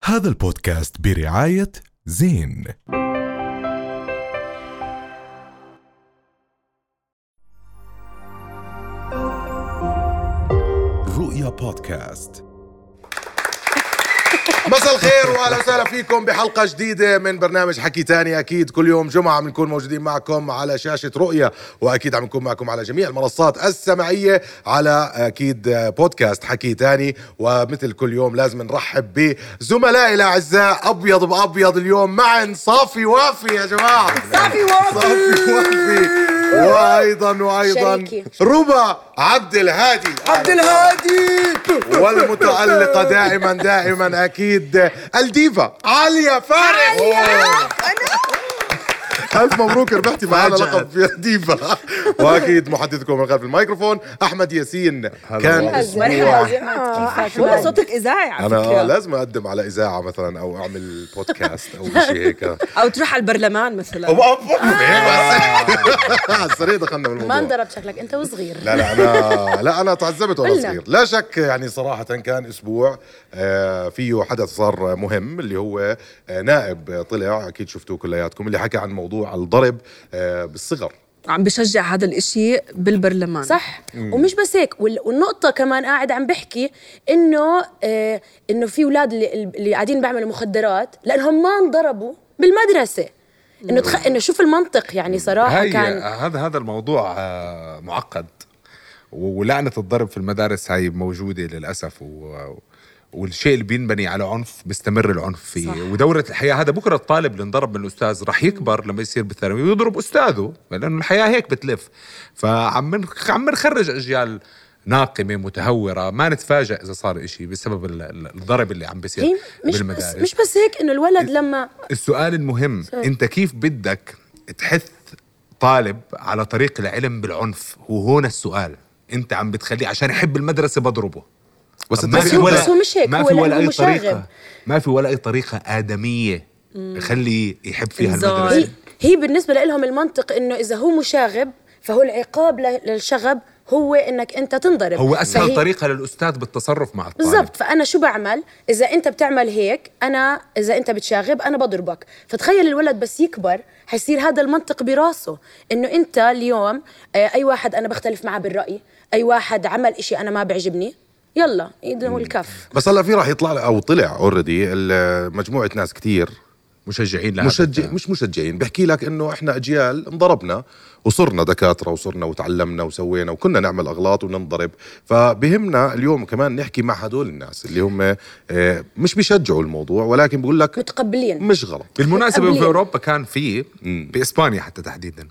هذا البودكاست برعاية زين. رؤيا بودكاست. مساء الخير واهلا وسهلا فيكم بحلقه جديده من برنامج حكي تاني. اكيد كل يوم جمعه بنكون موجودين معكم على شاشه رؤيا، واكيد عم نكون معكم على جميع المنصات السمعيه على اكيد بودكاست حكي تاني. ومثل كل يوم لازم نرحب بزملائي الاعزاء ابيض بابيض اليوم معا صافي وافي يا جماعه. صافي وافي وايضا شريكي. ربا عبد الهادي والمتألقة دائما أكيد الديفا عليا فارس. ألف مبروك ربحتي معنا لقب في ديفا. وأكيد محدثكم من خلف الميكروفون أحمد ياسين. كان والله صوتك إذاعي على أنا فكرة. لازم أقدم على إذاعة مثلا أو أعمل بودكاست أو شيء هيك أو تروح على البرلمان مثلا. السريع دخلنا بالموضوع. ما انضرب شكلك انت وصغير. لا انا تعذبت وانا صغير لا شك. يعني صراحه كان اسبوع فيه حدث صار مهم اللي هو نائب طلع، اكيد شفتوه كلياتكم، اللي حكى عن موضوع الضرب بالصغر. عم بشجع هذا الاشي بالبرلمان. صح. ومش بس هيك، والنقطة كمان قاعد عم بحكي انه في اولاد اللي قاعدين بيعملوا مخدرات لانهم ما انضربوا بالمدرسة. انه شوف المنطق يعني صراحة كان هذا الموضوع معقد، ولعنة الضرب في المدارس هاي موجودة للأسف، والشيء اللي بينبني على عنف بيستمر العنف فيه. صح. ودورة الحياة هذا بكرة الطالب اللي انضرب من الأستاذ رح يكبر لما يصير بالثانوي ويضرب أستاذه، لأنه الحياة هيك بتلف. فعم نخرج أجيال ناقمة متهورة، ما نتفاجأ إذا صار إشي بسبب الضرب اللي عم بيصير بالمدارس. مش بس هيك، إنه الولد لما السؤال المهم أنت كيف بدك تحث طالب على طريق العلم بالعنف؟ وهنا السؤال، أنت عم بتخليه عشان يحب المدرسة بضربه. بس هو مش هيك، ما في ولا أي طريقة، ما في ولا أي طريقة آدمية خلي يحب فيها المدرسة. هي بالنسبة لهم المنطق إنه إذا هو مشاغب فهو العقاب للشغب هو إنك أنت تنضرب. هو أسهل طريقة للأستاذ بالتصرف مع الطالب. بالضبط. فأنا شو بعمل إذا أنت بتعمل هيك؟ إذا أنت بتشاغب أنا بضربك. فتخيل الولد بس يكبر حيصير هذا المنطق براسه، إنه أنت اليوم أي واحد أنا بختلف معه بالرأي، أي واحد عمل إشي أنا ما بعجبني، يلا يدنو الكف. بس هلا في راح يطلع او طلع اوريدي مجموعه ناس كتير مشجعين لها، مش مشجعين، بحكي لك انه احنا اجيال انضربنا وصرنا دكاتره وصرنا وتعلمنا وسوينا وكنا نعمل اغلاط وننضرب. فبهمنا اليوم كمان نحكي مع هدول الناس اللي هم مش بيشجعوا الموضوع ولكن بقول لك متقبلين، مش غلط. بالمناسبه في اوروبا كان في باسبانيا حتى تحديدا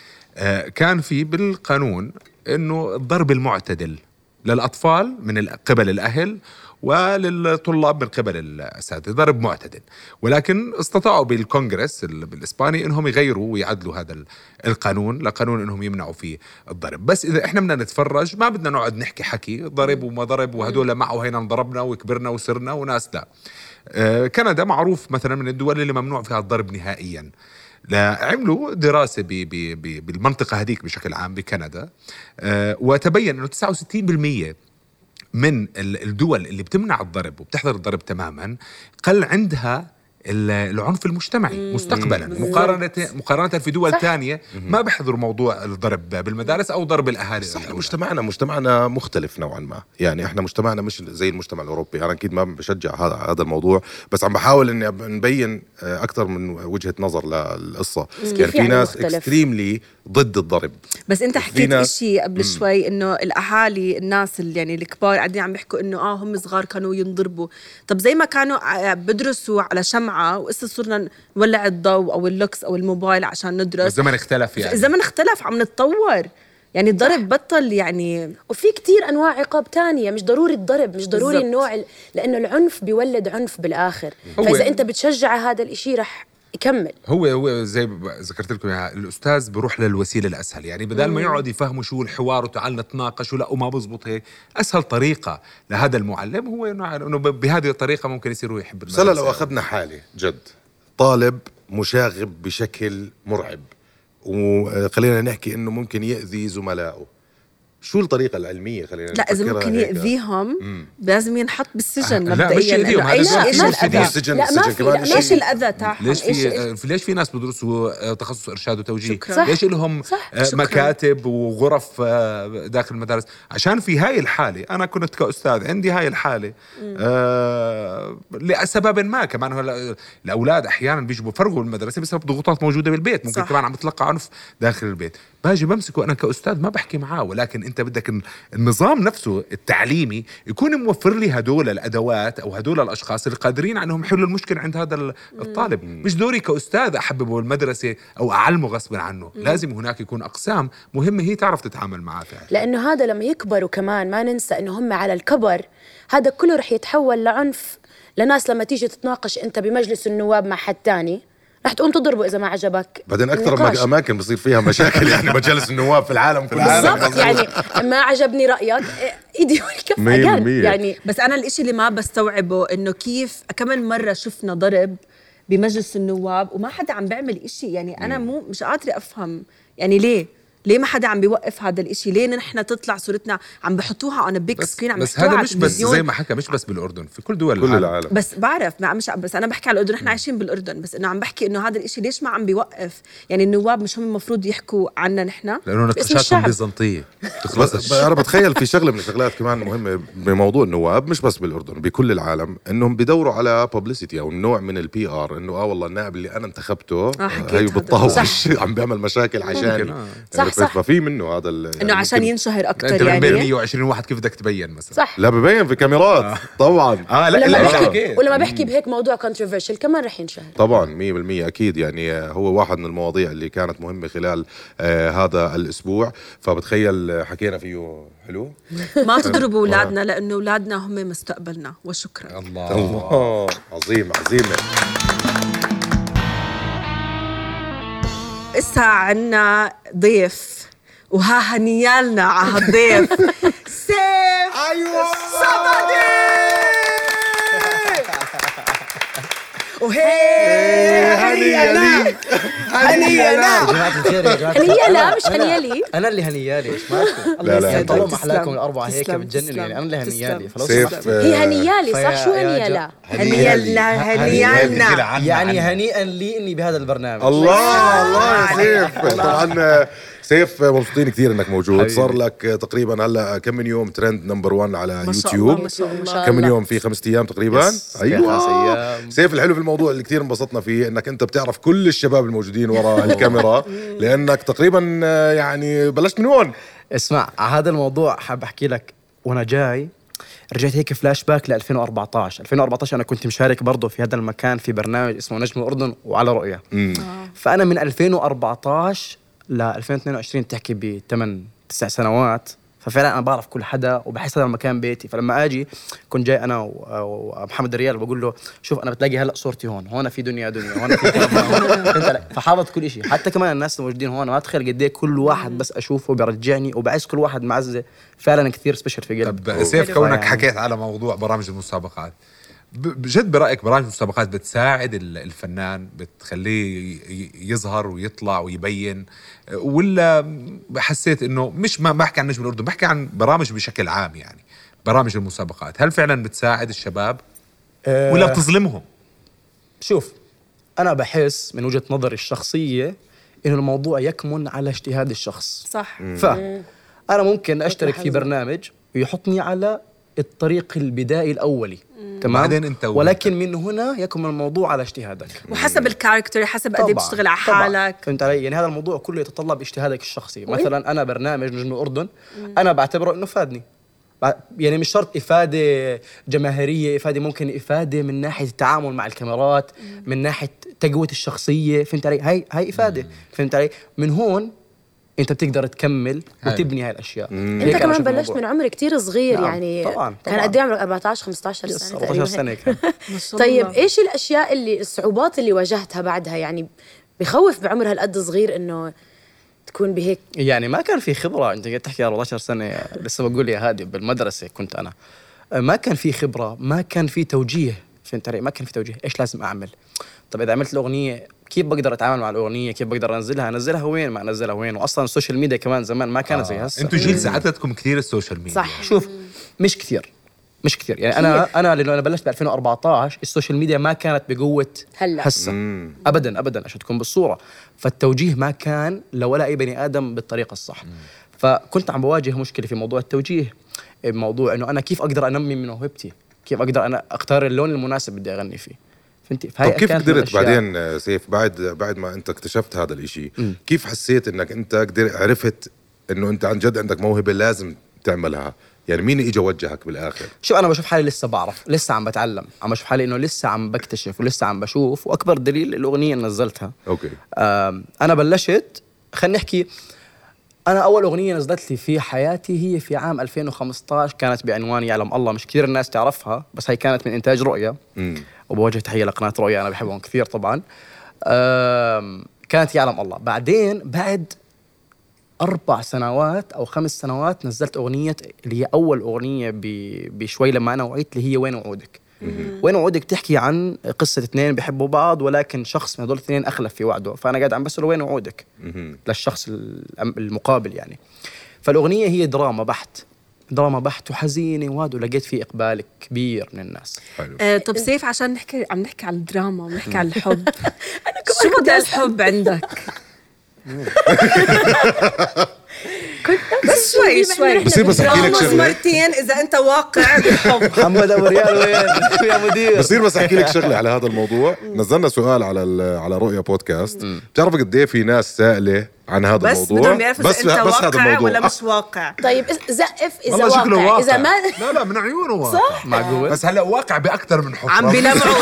كان في بالقانون انه الضرب المعتدل للأطفال من قبل الأهل وللطلاب من قبل الأساتذة ضرب معتدل. ولكن استطاعوا بالكونغرس بالإسباني إنهم يغيروا ويعدلوا هذا القانون لقانون إنهم يمنعوا فيه الضرب. بس إذا إحنا بدنا نتفرج ما بدنا نقعد نحكي حكي ضرب وما ضرب وهدول معه هينا انضربنا وكبرنا وصرنا وناس لا. كندا معروف مثلا من الدول اللي ممنوع فيها الضرب نهائيا. عملوا دراسة بالمنطقة هذيك بشكل عام بكندا، وتبين أنه 69% من الدول اللي بتمنع الضرب وبتحظر الضرب تماما قل عندها العنف المجتمعي مستقبلا مقارنة في دول تانية ما بيحضروا موضوع الضرب بالمدارس أو ضرب الأهالي. صح. مجتمعنا مختلف نوعا ما، يعني احنا مجتمعنا مش زي المجتمع الأوروبي. أنا أكيد ما بشجع هذا الموضوع، بس عم بحاول إني نبين أكثر من وجهة نظر للقصة. يعني في ناس اكستريملي ضد الضرب. بس انت حكيت اشي قبل شوي انه الاهالي الناس اللي يعني الكبار قاعدين عم بيحكوا انه هم صغار كانوا ينضربوا. طب زي ما كانوا بدرسوا على شمعة وإسا صرنا نولع الضوء او اللوكس او الموبايل عشان ندرس، الزمن اختلف. يعني الزمن اختلف، عم نتطور. يعني الضرب بطل يعني. وفي كتير أنواع عقاب تانية، مش ضروري الضرب، مش ضروري النوع لأنه العنف بيولد عنف بالآخر. فإذا أنت بتشجع هذا الإشي رح يكمل. هو زي ذكرت لكم الأستاذ بروح للوسيلة الأسهل. يعني بدل ما يقعد يفهموا شو الحوار وتعال نتناقش ولا وما بزبط هيك، أسهل طريقة لهذا المعلم هو إنه بهذه الطريقة ممكن يصير هو يحب المدرسة. لو أخذنا حالة جد طالب مشاغب بشكل مرعب وخلينا نحكي إنه ممكن يأذي زملائه، شو الطريقة العلمية خلينا لا إذا نفكرها ممكن هيك. يأذيهم لازم ينحط بالسجن لا، مبدئيا. مش يأذيهم، إنه هذا إيش ما إيش في الأذى؟ السجن لا، ما في، كمان لا، إيش الأذى تاعهم؟ ليش إيش ليش في ناس بدرسوا تخصص إرشاد وتوجيه؟ شكراً. ليش لهم شكراً. مكاتب وغرف داخل المدارس؟ عشان في هاي الحالة أنا كنت كأستاذ عندي هاي الحالة لسبب ما. كمان هو الأولاد أحيانا بيجوا بفرقوا المدرسة بسبب ضغوطات موجودة بالبيت، ممكن صح. كمان عم بتلقى عنف داخل البيت. باجي بمسكه أنا كأستاذ ما بحكي معاه، ولكن أنت بدك النظام نفسه التعليمي يكون موفر لي هدول الأدوات أو هدول الأشخاص اللي قادرين عنهم يحلوا المشكلة عند هذا الطالب. مش دوري كأستاذ أحببه المدرسة أو أعلمه غصبا عنه. لازم هناك يكون أقسام مهمة هي تعرف تتعامل معاه فعلا. لأنه هذا لما يكبروا كمان ما ننسى إنه هم على الكبر هذا كله رح يتحول لعنف. لناس لما تيجي تتناقش أنت بمجلس النواب مع حد تاني رح تقوم تضربه إذا ما عجبك. بعدين أكثر النقاش. أماكن بصير فيها مشاكل يعني مجالس النواب في العالم كله. بالضبط، يعني ما عجبني رأيك إيدي والكف 100%. يعني. بس أنا الإشي اللي ما بستوعبه إنه كيف كمان مرة شفنا ضرب بمجلس النواب وما حدا عم بيعمل إشي. يعني أنا مش قادرة أفهم يعني ليه ما حدا عم بيوقف هذا الإشي؟ ليه نحن تطلع صورتنا عم بحطوها على بيج سكرين عم بس يحطوها هذا على مش بس التلفزيون؟ زي ما حكى، مش بس بالأردن، في كل دول كل العالم. بس بعرف مش بس انا بحكي على الاردن، احنا عايشين بالاردن، بس انه عم بحكي انه هذا الاشي ليش ما عم بيوقف؟ يعني النواب مش هم المفروض يحكوا عنا نحن؟ لأنه نقاشاتهم الشعب. بيزنطية. بس أنا بتخيل في شغلة من الشغلات كمان مهمة بموضوع النواب، مش بس بالأردن، بكل العالم، إنهم بيدوروا على بابليستي أو نوع من البي آر، إنه والله النائب اللي أنا انتخبته حكيت هي هذا. بتطوش عم بيعمل مشاكل عشان صح. ففي منه هذا انه عشان ينشهر أنت اكثر من بين يعني. 120 واحد كيف بدك تبين مثلا؟ صح. لا ببين في كاميرات طبعا. لا ولما لا بحكي ولما بحكي بهيك موضوع controversial كمان رح ينشهر. طبعا 100% أكيد. يعني هو واحد من المواضيع اللي كانت مهمة خلال هذا الأسبوع، فبتخيل حكينا فيه حلو. ما تضربوا اولادنا لانه اولادنا هم مستقبلنا. وشكرا. الله عظيم عظيمة. اسا عنا ضيف وها هنيالنا على هالضيف سيف. أيوة صمدي. وهي هنيالي هنيالنا. جماعة الخير يا جماعة هنيالة مش هنيالي. أنا اللي هنيالي إيش مالكم؟ لا لا طالما تسلم. أحلاكم الأربعة هيك تسلم. بتجنن يعني. أنا اللي هنيالي فلو سيف سمحت. هي هنيالي صح؟ شو فيا- هنيالة؟ هنيالنا هنيالنا. يعني هنيئا لي إني بهذا البرنامج. الله يا سيف. طبعا سيف مبسوطين كثير انك موجود. حبيبي. صار لك تقريبا هلا كم من يوم ترند نمبر 1 على ما شاء يوتيوب. الله ما شاء الله. كم من يوم؟ في 5 ايام تقريبا. يس. ايوه 5 أيام. سيف الحلو في الموضوع اللي كثير انبسطنا فيه انك انت بتعرف كل الشباب الموجودين وراء الكاميرا، لانك تقريبا يعني بلشت من هون. اسمع هذا الموضوع حاب أحكي لك. وأنا جاي رجعت هيك فلاش باك ل 2014 أنا كنت مشارك برضه في هذا المكان في برنامج اسمه نجم الأردن وعلى رؤية. فأنا من 2014 ل 2022 تحكي ب8-9 سنوات. ففعلا انا بعرف كل حدا وبحس هذا المكان بيتي. فلما اجي كنت جاي انا ومحمد الريال بقول له شوف انا بتلاقي هلا صورتي هون في دنيا هون في انت فحافظ كل شيء. حتى كمان الناس الموجودين هون ما تخيل قد ايه كل واحد بس اشوفه بيرجعني وبعز كل واحد معزه فعلا كثير سبيشل في قلبي. طب سيف كونك يعني. حكيت على موضوع برامج المسابقات، بجد برأيك برامج المسابقات بتساعد الفنان بتخليه يظهر ويطلع ويبين، ولا حسيت انه مش ما بحكي عن نجم الأردن، بحكي عن برامج بشكل عام يعني برامج المسابقات هل فعلا بتساعد الشباب ولا بتظلمهم؟ شوف أنا بحس من وجهة نظري الشخصية إنه الموضوع يكمن على اجتهاد الشخص. صح. فأنا ممكن أشترك في برنامج ويحطني على الطريق البدائي الأولي تمام، بعدين أنت ولكن من هنا يكمن الموضوع على اجتهادك وحسب الكاركتر، حسب قد ايه بتشتغل على حالك. فهمت علي؟ يعني هذا الموضوع كله يتطلب اجتهادك الشخصي. مثلا أنا برنامج نجم الأردن أنا بعتبره إنه فادني، يعني مش شرط إفادة جماهيرية، إفادة ممكن إفادة من ناحية التعامل مع الكاميرات، من ناحية تقوية الشخصية. فهمت علي؟ هاي إفادة. فهمت علي؟ من هون أنت بتقدر تكمل وتبني هاي الأشياء. أنت كمان بلشت من عمر كتير صغير. نعم. يعني طبعاً. كان قد ايه عمرك؟ 14-15 سنة 14 سنة كان. طيب إيش الأشياء الصعوبات اللي واجهتها بعدها؟ يعني بخوف بعمر هالقد صغير إنه تكون بهيك. يعني ما كان في خبرة. أنت قاعد تحكي 14 سنة لسه بقول يا هادي بالمدرسة كنت أنا ما كان في خبرة، ما كان في توجيه. فهمت علي؟ ما كان في توجيه إيش لازم أعمل. طب إذا عملت الأغنية كيف بقدر اتعامل مع الاغنيه، كيف بقدر انزلها وين ما انزلها وين. واصلا السوشيال ميديا كمان زمان ما كانت زي هسه. انتوا جيل ساعدتكم كثير السوشيال ميديا. صح. شوف مش كثير يعني انا لانه انا بلشت ب 2014 السوشيال ميديا ما كانت بقوه هلا هسه ابدا عشان تكون بالصوره. فالتوجيه ما كان لولا اي بني ادم بالطريقه الصح. فكنت عم بواجه مشكله في موضوع التوجيه، موضوع انه انا كيف اقدر انمي من موهبتي، كيف اقدر انا اختار اللون المناسب بدي اغني فيه. فهمتي؟ طب كيف قدرت بعدين سيف بعد ما انت اكتشفت هذا الاشي كيف حسيت انك انت عرفت انه انت عن جد عندك موهبه لازم تعملها؟ يعني مين اجى وجهك بالاخر؟ شو انا بشوف حالي لسه بعرف، لسه عم بتعلم، عم بشوف حالي انه لسه عم بكتشف ولسه عم بشوف. واكبر دليل الاغنيه اللي نزلتها. اوكي. انا بلشت، خلينا نحكي، انا اول اغنيه نزلت لي في حياتي هي في عام 2015 كانت بعنوان يعلم الله. مش كثير الناس تعرفها بس هي كانت من انتاج رؤيا. وبوجه تحيه لقناه رؤيا، انا بحبهم كثير طبعا. كانت يعلم الله. بعدين بعد 4 سنوات أو 5 سنوات نزلت أغنية اللي هي أول أغنية بشوي لما أنا وعيت، اللي هي وين وعودك. وين وعودك تحكي عن قصة 2 بيحبوا بعض ولكن شخص من هذول 2 أخلف في وعده، فأنا قاعد عم بسأل وين وعودك للشخص المقابل يعني. فالأغنية هي دراما بحت وحزينة ولقيت فيه إقبال كبير من الناس. طب سيف، عشان عم نحكي على الدراما ونحكي على الحب شو بدأ الحب عندك؟ بس شوي بس احكي لك شغله مرتين اذا انت واقع بالحب. محمد ابو ريال وين يا مدير؟ بس احكي لك شغله على هذا الموضوع. نزلنا سؤال على رؤيا بودكاست، بتعرف قد ايه في ناس سائله عن هذا الموضوع، بدهم يعرفوا اذا انت واقع ولا مش واقع. طيب زقف اذا واقع. اذا ما لا من عيونه واقع. صح معقول. بس هلا واقع باكثر من حب. عم بيلمعوا.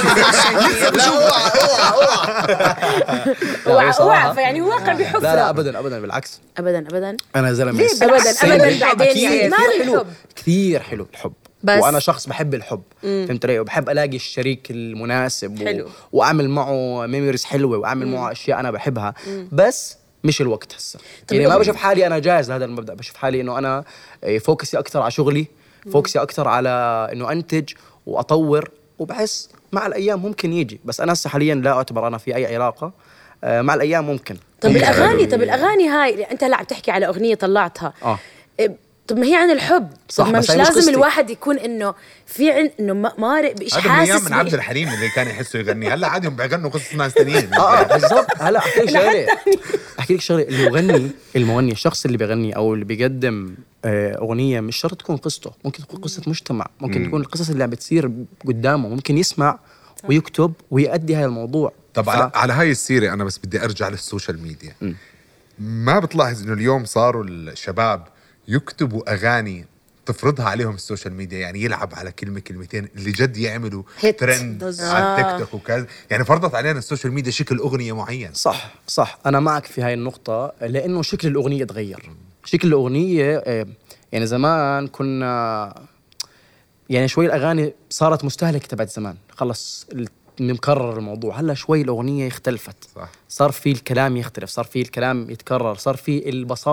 اوعى يعني هو واقع بحفره. لا ابدا بالعكس. ابدا انا زلمه ابدا بعدين ما الحب كثير حلو الحب. وانا شخص بحب الحب، فهمت علي؟ وبحب الاقي الشريك المناسب واعمل معه ميموريز حلوه واعمل معه اشياء انا بحبها. بس مش الوقت هسه يعني. ما بشوف حالي انا جاهز لهذا المبدأ. بشوف حالي انه انا فوكسي اكثر على شغلي، فوكسي اكثر على انه انتج واطور، وبحس مع الايام ممكن يجي. بس انا هسه حاليا لا اعتبر انا في اي علاقه. مع الايام ممكن. طب الاغاني هاي انت لا عم تحكي على اغنيه طلعتها. طب ما هي عن الحب. صح. ما مش لازم الواحد يكون انه في انه مارق بشيء حاسس. هذا من عبد الحليم اللي كان يحسوا يغني. هلا عادي بيغنوا قصص ناس ثانيين. بالضبط. هلا احكي لك شغله. المغني الشخص اللي بيغني او اللي بيقدم اغنيه مش شرط تكون قصته، ممكن تكون قصه مجتمع، ممكن تكون القصص اللي عم بتصير قدامه، ممكن يسمع ويكتب ويؤدي هذا الموضوع. طب على هاي السيره انا بس بدي ارجع للسوشيال ميديا. ما بتلاحظ انه اليوم صاروا الشباب يكتبوا أغاني تفرضها عليهم السوشيال ميديا؟ يعني يلعب على كلمتين اللي جد يعملوا ترند على التيك توك وكذا. يعني فرضت علينا السوشيال ميديا شكل أغنية معين. صح أنا معك في هاي النقطة، لأنه شكل الأغنية تغير. شكل الأغنية يعني زمان كنا يعني شوي الأغاني صارت مستهلكة تبعت زمان، خلص مكرر الموضوع. هلا شوي الأغنية اختلفت. صار في الكلام يختلف، صار في الكلام يتكرر، صار في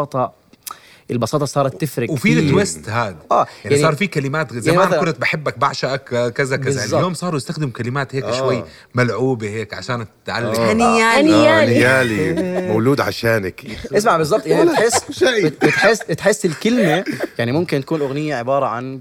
البساطة صارت تفرق. وفي التويست هذا يعني صار في كلمات زمان يعني كنت بحبك بعشقك كذا بالزبط. اليوم صاروا يستخدم كلمات هيك شوي ملعوبة هيك عشان تعلق. هنيالي مولود عشانك. اسمع بالضبط يعني تحس الكلمة يعني ممكن تكون أغنية عبارة عن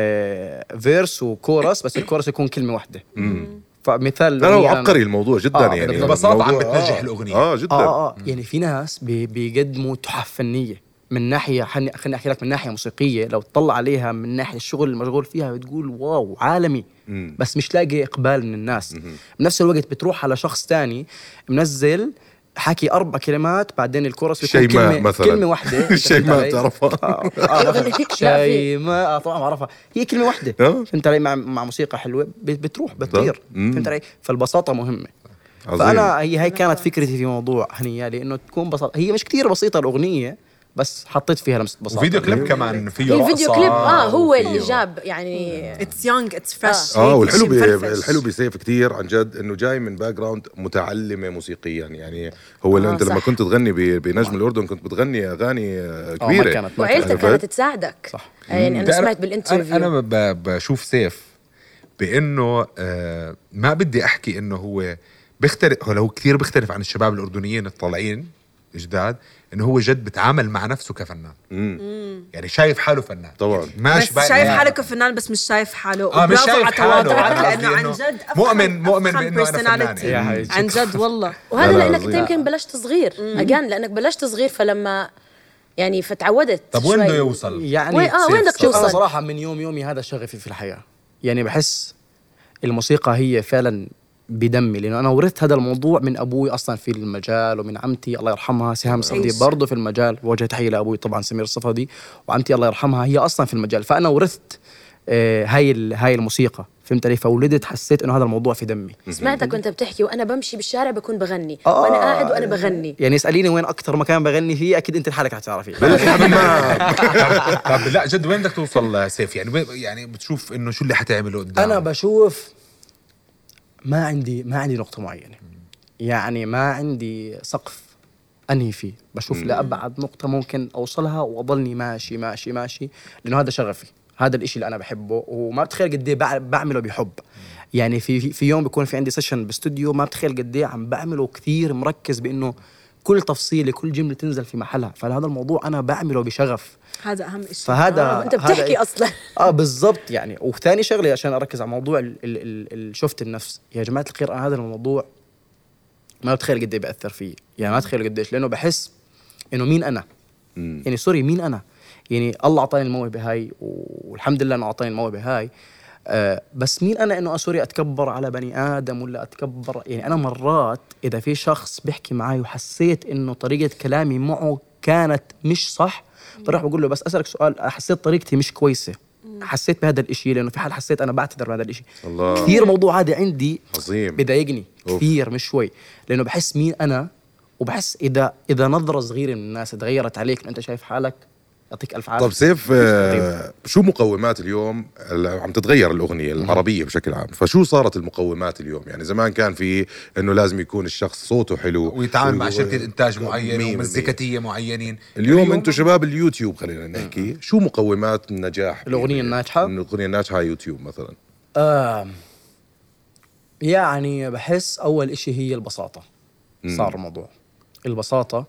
فيرس وكورس، بس الكورس يكون كلمة واحدة. فمثال لا عبقري الموضوع جدا يعني ببساطة عم بتنجح الأغنية جدا. يعني في ناس بيقدموا تحف فنية من ناحية، خليني أحكي لك من ناحية موسيقية، لو تطلع عليها من ناحية الشغل المشغول فيها بتقول واو عالمي. بس مش لاقي إقبال من الناس. بنفس الوقت بتروح على شخص تاني منزل حكي 4 كلمات بعدين الكورس بيكون كلمة واحدة. شيماء بتعرفها؟ شيماء طبعا بعرفها، هي كلمة واحدة. فهمت علي؟ مع موسيقى حلوة بتروح بتطير. فهمت علي؟ فالبساطة مهمة. فأنا هي كانت فكرتي في موضوع هنيالي، إنه تكون بساطة. هي مش كتير بسيطة الأغنية بس حطيت فيها لمسة بساطة. وفيديو كليب كمان فيه رقصة. الفيديو كليب هو اللي جاب يعني اتس يونج اتس فريش. والحلو بسيف كتير عن جد انه جاي من باك جراوند متعلمة موسيقيا. يعني هو اللي انت لما كنت تغني بنجم الأردن كنت بتغني اغاني كبيرة وعيلتك كانت تساعدك. صح. يعني انا سمعت بالانترفيو. انا بشوف سيف بانه ما بدي احكي انه هو بيختلف، هو كثير بيختلف عن الشباب الأردنيين الطالعين جداد، إنه هو جد بتعامل مع نفسه كفنان. يعني شايف حاله فنان طبعا. بس شايف حاله كفنان، بس مش شايف حاله. مش شايف حاله، لأنه عن جد مؤمن بإنه أنا فنان عن جد والله. وهذا لأنك أنت يمكن بلشت صغير أجان، لأنك بلشت صغير فلما يعني فتعودت. طب وين بده يوصل؟ يعني وين بدك توصل؟ أنا صراحة من يومي هذا شغفي في الحياة. يعني بحس الموسيقى هي فعلا بدمي، لأنه أنا ورثت هذا الموضوع من أبوي أصلا في المجال، ومن عمتي الله يرحمها سهام صفدي برضه في المجال. وجه تحية لأبوي طبعا سمير الصفدي، وعمتي الله يرحمها هي أصلا في المجال. فأنا ورثت هاي الموسيقى، فهمت علي؟ فولدت حسيت إنه هذا الموضوع في دمي. سمعتك وأنت بتحكي وأنا بمشي بالشارع بكون بغني وأنا قاعد وأنا بغني. يعني اسأليني وين أكتر مكان بغني فيه، أكيد أنت لحالك هتعرفي. طب لا جد وين بدك توصل سيف؟ يعني بتشوف إنه شو اللي حتعمله قدام؟ أنا بشوف ما عندي نقطة معينة، يعني ما عندي سقف أنهي فيه. بشوف لأبعد نقطة ممكن أوصلها وأضلني ماشي ماشي ماشي، لأنه هذا شغفي، هذا الإشي اللي أنا بحبه. وما بتخيل قد إيه بعمله بحب. يعني في يوم بيكون في عندي سيشن باستوديو، ما بتخيل قد إيه عم بعمله كثير مركز بإنه كل تفصيلة كل جملة تنزل في محلها. فهذا الموضوع أنا بعمله بشغف، هذا أهم شيء. فهذا أنت بتحكي أصلا. بالضبط. يعني وثاني شغلة عشان أركز على موضوع شفت النفس يا جماعة الخير، أنا هذا الموضوع ما بتخيل قد إيه بأثر فيه. يعني ما بتخيل قديش، لأنه بحس إنه مين أنا. يعني سوري مين أنا. يعني الله أعطاني الموهبة هاي، والحمد لله إنه أعطاني الموهبة هاي. بس مين أنا إنه سوري أتكبر على بني آدم ولا أتكبر. يعني أنا مرات إذا في شخص بيحكي معي وحسيت إنه طريقة كلامي معه كانت مش صح، بروح بقول له بس أسألك سؤال، حسيت طريقتي مش كويسة، حسيت بهذا الإشي، لأنه في حال حسيت أنا بعتذر بهذا الإشي. الله. كثير موضوع هذا عندي عظيم، بضايقني كثير مش شوي، لأنه بحس مين أنا. وبحس إذا نظرة صغيرة من الناس تغيرت عليك أنت شايف حالك، يعطيك ألف عافية. طب سيف، شو مقومات اليوم عم تتغير الأغنية العربية بشكل عام؟ فشو صارت المقومات اليوم؟ يعني زمان كان في إنه لازم يكون الشخص صوته حلو ويتعامل مع شركة إنتاج معينة ومزيكتية معينين. اليوم أنتوا شباب اليوتيوب خلينا نحكي، شو مقومات النجاح الأغنية الناجحة؟ الأغنية الناجحة على يوتيوب مثلا. يعني بحس أول إشي هي البساطة. صار الموضوع البساطة،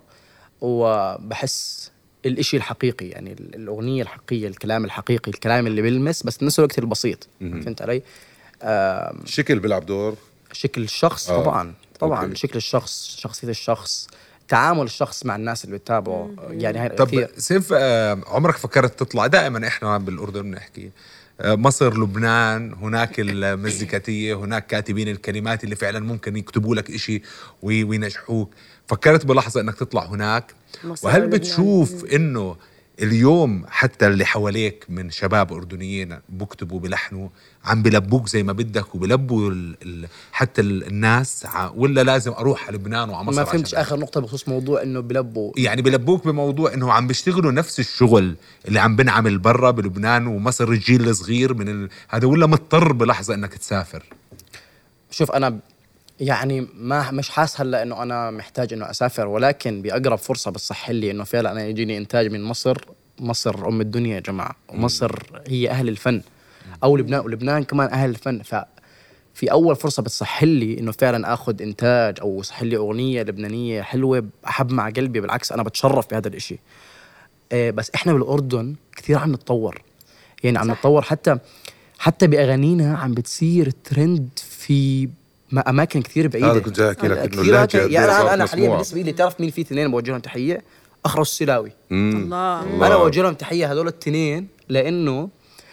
وبحس الإشي الحقيقي، يعني الأغنية الحقيقية، الكلام الحقيقي، الكلام اللي بيلمس، بس بنفس الوقت البسيط. فهمت علي؟ الشكل بيلعب دور، شكل الشخص طبعا أوكي. شكل الشخص، شخصية الشخص، تعامل الشخص مع الناس اللي بتتابعه. يعني هاي طب كثير. سيف، عمرك فكرت تطلع؟ دائما إحنا بالأردن بنحكي مصر، لبنان، هناك المزيكاتية، هناك كاتبين الكلمات اللي فعلا ممكن يكتبوا لك إشي وينجحوك. فكرت بلحظة إنك تطلع هناك؟ وهل بتشوف إنه اليوم حتى اللي حواليك من شباب أردنيين بكتبوا بلحنوا عم بلبوك زي ما بدك وبلبوا حتى الناس، ولا لازم أروح على لبنان وعم ما فهمتش آخر نقطة بخصوص موضوع إنه بلبوا؟ يعني بلبوك بموضوع إنه عم بيشتغلوا نفس الشغل اللي عم بنعمل برا بلبنان ومصر، الجيل الصغير من هذا، ولا مضطر بلحظة إنك تسافر؟ شوف أنا يعني مش حاس هلا إنه أنا محتاج إنه أسافر، ولكن بأقرب فرصة بتصح لي إنه فعلا أنا يجيني إنتاج من مصر. مصر أم الدنيا يا جماعة، ومصر هي أهل الفن، أو لبنان، ولبنان كمان أهل الفن. ففي أول فرصة بتصح لي إنه فعلا أخذ إنتاج أو يصح لي أغنية لبنانية حلوة أحب مع قلبي، بالعكس أنا بتشرف بهذا الإشي. بس إحنا بالأردن كثير عم نتطور، يعني عم نتطور حتى بأغانينا عم بتصير ترند في أماكن كثير بعيدة. هذا كنت أحكي لك إنه يعني أنا حاليا بالنسبة لي تعرف مين في اثنين بوجه لهم تحية؟ أخرس السلاوي. الله. أنا بوجه لهم تحية هذول الاثنين، لأنه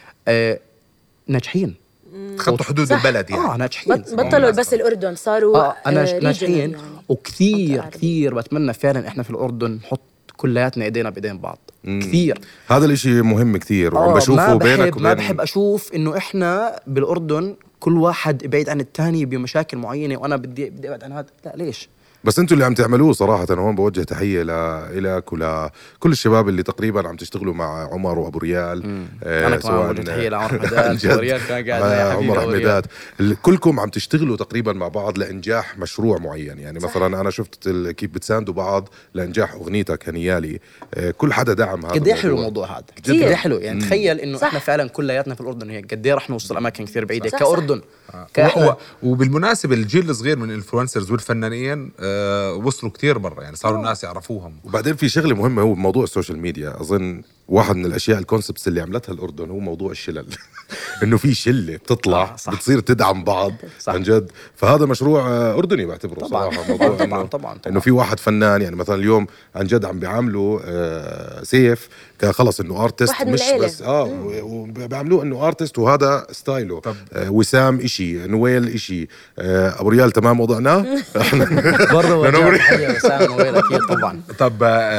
ناجحين، خطوا حدود البلد يعني. ناجحين، بطلوا بس الأردن، صاروا ناجحين. يعني. وكثير بتمنى فعلا إحنا في الأردن نحط كلياتنا إيدينا بإيدين بعض. كثير هذا الاشي مهم كثير، وعم بشوفه بينك وبين. ما بحب أشوف إنه إحنا بالأردن كل واحد بعيد عن الثاني بمشاكل معينة، وأنا بدي أبعد عن هذا. لا، ليش؟ بس انتوا اللي عم تعملوه صراحة هون بوجه تحية لك ولكل الشباب اللي تقريبا عم تشتغلوا مع عمر وابو ريال. انا كمان بوجه تحية لعمر حمدات وريال كان قاعد عمر حمدات. كلكم عم تشتغلوا تقريبا مع بعض لإنجاح مشروع معين. يعني مثلا أنا شفت كيف بتساندوا بعض لإنجاح أغنيتك هنيالي. كل حدا دعم هذا قد حلو الموضوع هذا قد حلو. يعني تخيل إنه احنا فعلا كلياتنا في الأردن هيك قد رح نوصل أماكن كثير بعيدة كأردن. وبالمناسبة الجيل الصغير من الانفلونسرز والفنانين وصلوا كتير برا، يعني صاروا الناس يعرفوهم. وبعدين في شغلة مهمة هو موضوع السوشيال ميديا. أظن واحد من الأشياء الكونسبتس اللي عملتها الأردن هو موضوع الشلل. إنه في شلة بتطلع بتصير تدعم بعض عن جد. فهذا مشروع أردني بعتبره صراحة. موضوع طبعا إنه في واحد فنان، يعني مثلا اليوم عن جد عم بيعاملوا سيف كخلص إنه آرتست مش بس وبيعملوه إنه آرتست وهذا ستايله. وسام إشي، نويل إشي، أبو ريال تمام وضعناه. برضه وسام نويل أكيد طبعا. طب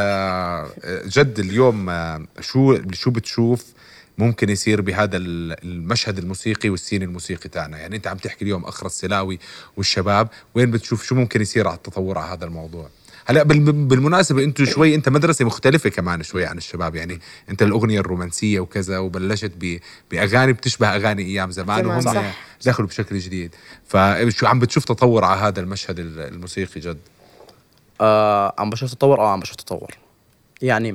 جد اليوم شو بتشوف ممكن يصير بهذا المشهد الموسيقي والسين الموسيقي تاعنا؟ يعني انت عم تحكي اليوم أخرى السلاوي والشباب، وين بتشوف شو ممكن يصير على التطور على هذا الموضوع؟ هلا بالمناسبة انتوا شوي انت مدرسة مختلفة كمان شوي عن الشباب. يعني انت الأغنية الرومانسية وكذا، وبلشت بأغاني بتشبه أغاني أيام زمان وهم دخلوا بشكل جديد. فشو عم بتشوف تطور على هذا المشهد الموسيقي جد؟ عم بشوف تطور. عم بشوف تطور. يعني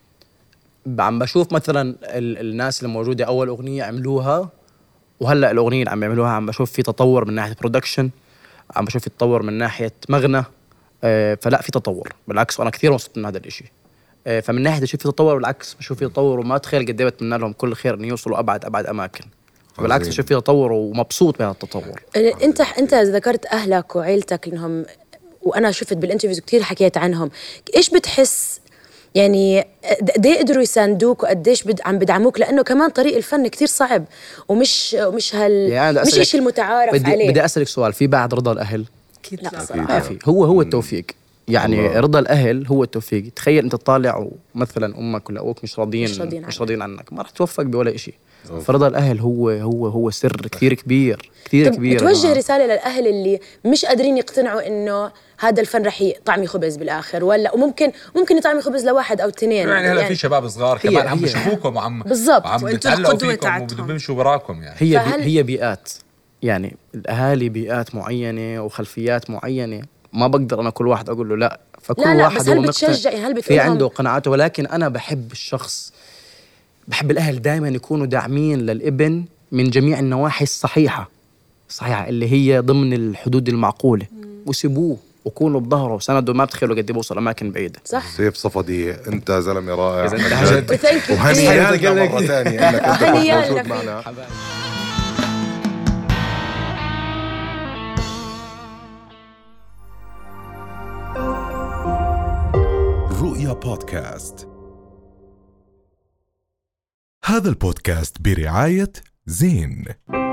عم بشوف مثلا الناس اللي موجودة أول أغنية عملوها وهلأ الأغنية اللي عم يعملوها، عم بشوف في تطور من ناحية برودكشن، عم بشوف في تطور من ناحية مغنى. فلا في تطور بالعكس، وأنا كثير مبسوط من هذا الإشي. فمن ناحية أشوف في تطور بالعكس، بشوف في تطور وما أتخيل قد إيه بتمنى لهم كل خير إن يوصلوا أبعد أماكن. بالعكس أشوف في تطور ومبسوط بهذا التطور. أنت ذكرت أهلك وعيلتك إنهم، وأنا شفت بالانترفيوز كتير حكيت عنهم. إيش بتحس يعني قد ايه قدروا يساندوك وقديش عم بدعموك؟ لانه كمان طريق الفن كتير صعب ومش يعني مش شيء المتعارف عليه. بدي اسالك سؤال، في بعد رضا الاهل؟ اكيد لا ما في. هو التوفيق. يعني رضا الاهل هو التوفيق. تخيل انت طالع ومثلا امك ولا ابوك مش راضيين عنك، ما راح توفق بولا شيء. فرضا الاهل هو سر كثير كبير كبير. توجه رساله للاهل اللي مش قادرين يقتنعوا انه هذا الفن رح يطعمي خبز بالاخر، ولا وممكن يطعمي خبز لواحد او اثنين. يعني هلا في شباب صغار كمان عم يشوفوكم وعم بتعلقوا فيكم وبيمشوا وراكم. يعني هي بيئات، يعني الاهالي بيئات معينه وخلفيات معينه، ما بقدر انا كل واحد اقول له لا. فكل واحد بس هل بتشجع؟ هل في عنده قناعاته؟ ولكن انا بحب الاهل دائما يكونوا داعمين للابن من جميع النواحي الصحيحه اللي هي ضمن الحدود المعقوله، وسيبوه وكونوا بظهره وسندوا. ما بتخيلوا قد بوصل اماكن بعيده. صح. سيف صفدي انت زلمه رائع وهنيئا مره ثانيه انك انت موجود معنا. رؤيا بودكاست. هذا البودكاست برعاية زين.